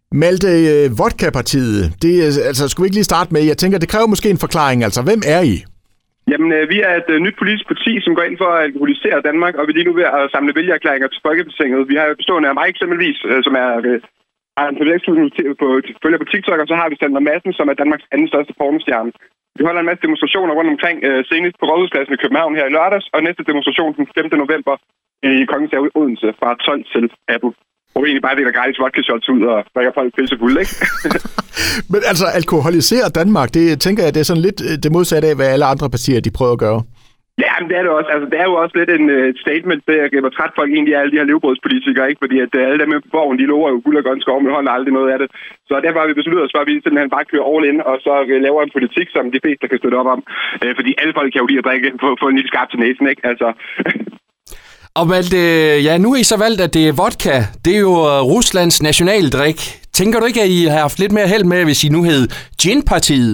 Malte, Vodka-partiet, det altså, skulle vi ikke lige starte med? Jeg tænker, det kræver måske en forklaring. Altså, hvem er I? Jamen, vi er et nyt politisk parti, som går ind for at alkoholisere Danmark, og vi er lige nu ved at samle vælgererklæringer til Folketinget. Vi har jo bestående af mig eksempelvis, som er en følger på TikTok, og så har vi Sander Madsen, som er Danmarks anden største pornostjerne. Vi holder en masse demonstrationer rundt omkring, senest på Rådhuspladsen i København her i lørdags, og næste demonstration den 5. november i Kongens Have i Odense fra 12 til 18. Hvor vi egentlig bare deler gratis vodka-shots ud og drikker folk pissefulde, ikke? Men altså, alkoholisere Danmark, det tænker jeg, det er sådan lidt det modsatte af, hvad alle andre partier, de prøver at gøre. Ja, men det er det også. Altså, det er jo også lidt en statement, hvor træt folk egentlig er, alle de her levebrødspolitikere, ikke? Fordi at alle dem på borgen, de lover jo guld og grøn skov, men holder aldrig noget af det. Så derfor har vi besluttet os for, at vi simpelthen bare kører all in, og så laver en politik, som de fleste kan støtte op om. Fordi alle folk kan jo lide at drikke, få en lille skarp til næsen, ikke? Altså... Og Malte, ja, nu har I så valgt, at det er vodka. Det er jo Ruslands nationaldrik. Tænker du ikke, at I har haft lidt mere held med, hvis I nu hed Gin-partiet?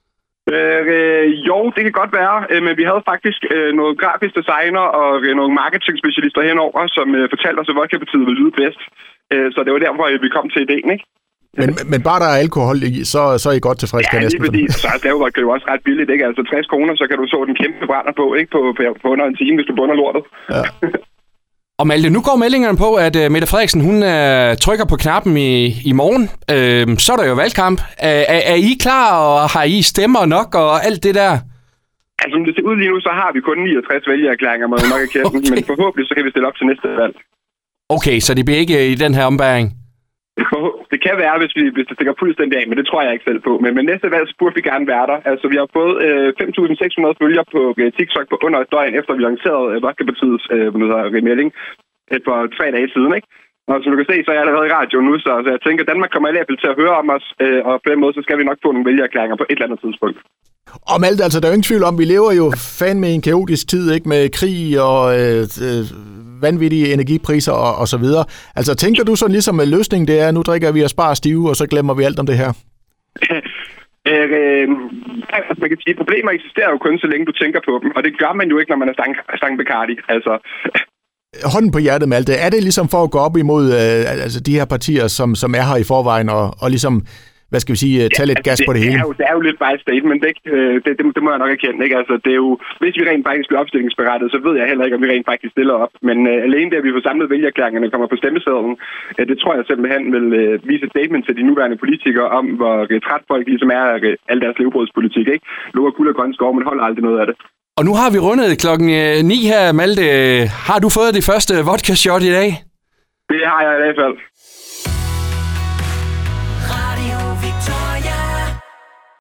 Jo, det kan godt være, men vi havde faktisk noget grafisk designer og nogle marketing-specialister henover, som fortalte os, at vodka-partiet ville lyde bedst. Så det var derfor, vi kom til ideen, ikke? Men bare der er alkohol i, så er I godt tilfreds, kan jeg næsten. Ja, lige fordi, så er jo også ret billigt, ikke? Altså 60 kroner, så kan du så den kæmpe brænder på, ikke? På under en time, hvis du bunder lortet. Ja. Og Malte, nu går meldingerne på, at Mette Frederiksen, hun trykker på knappen i morgen. Så er der jo valgkamp. Er I klar, og har I stemmer nok og alt det der? Altså, som det ser ud lige nu, så har vi kun 69 vælgererklæringer, må jeg nok erkende. Okay. Men forhåbentlig, så kan vi stille op til næste valg. Okay, så det bliver ikke i den her ombæring? Det kan være, hvis det stikker fuldstændig af, men det tror jeg ikke selv på. Men næste valg, så burde vi gerne være der. Altså, vi har fået 5.600 følgere på TikTok på under et døgn, efter vi lancerede Vodka-partiets melding for 3 dage siden, ikke? Og som du kan se, så er jeg allerede i radioen nu, så jeg tænker, at Danmark kommer i hvert fald til at høre om os, og på den måde, så skal vi nok få nogle vælgererklæringer på et eller andet tidspunkt. Og Malte, altså, der er jo ingen tvivl om, vi lever jo fandme i en kaotisk tid, ikke? Med krig og vanvittige energipriser og så videre. Altså, tænker du sådan ligesom, at løsningen det er, nu drikker vi os bare stive, og så glemmer vi alt om det her? Man kan sige, at problemer eksisterer jo kun, så længe du tænker på dem, og det gør man jo ikke, når man er stang Bacardi, altså... Hånden på hjertet, Malte, er det ligesom for at gå op imod altså de her partier, som er her i forvejen, og ligesom, hvad skal vi sige, tage lidt gas på det hele? Det er jo lidt bare et statement, ikke? Det må jeg nok erkende, ikke? Altså, det er jo, hvis vi rent faktisk bliver opstillingsberettet, så ved jeg heller ikke, om vi rent faktisk stiller op. Men alene det, at vi får samlet vælgererklæringerne, kommer på stemmesedlen, det tror jeg simpelthen vil vise et statement til de nuværende politikere om, hvor træt folk ligesom er al deres levebrødspolitik, ikke? Lover guld og grøn skov, men holder aldrig noget af det. Og nu har vi rundet klokken 9 her, Malte. Har du fået det første vodka-shot i dag? Det har jeg i hvert fald.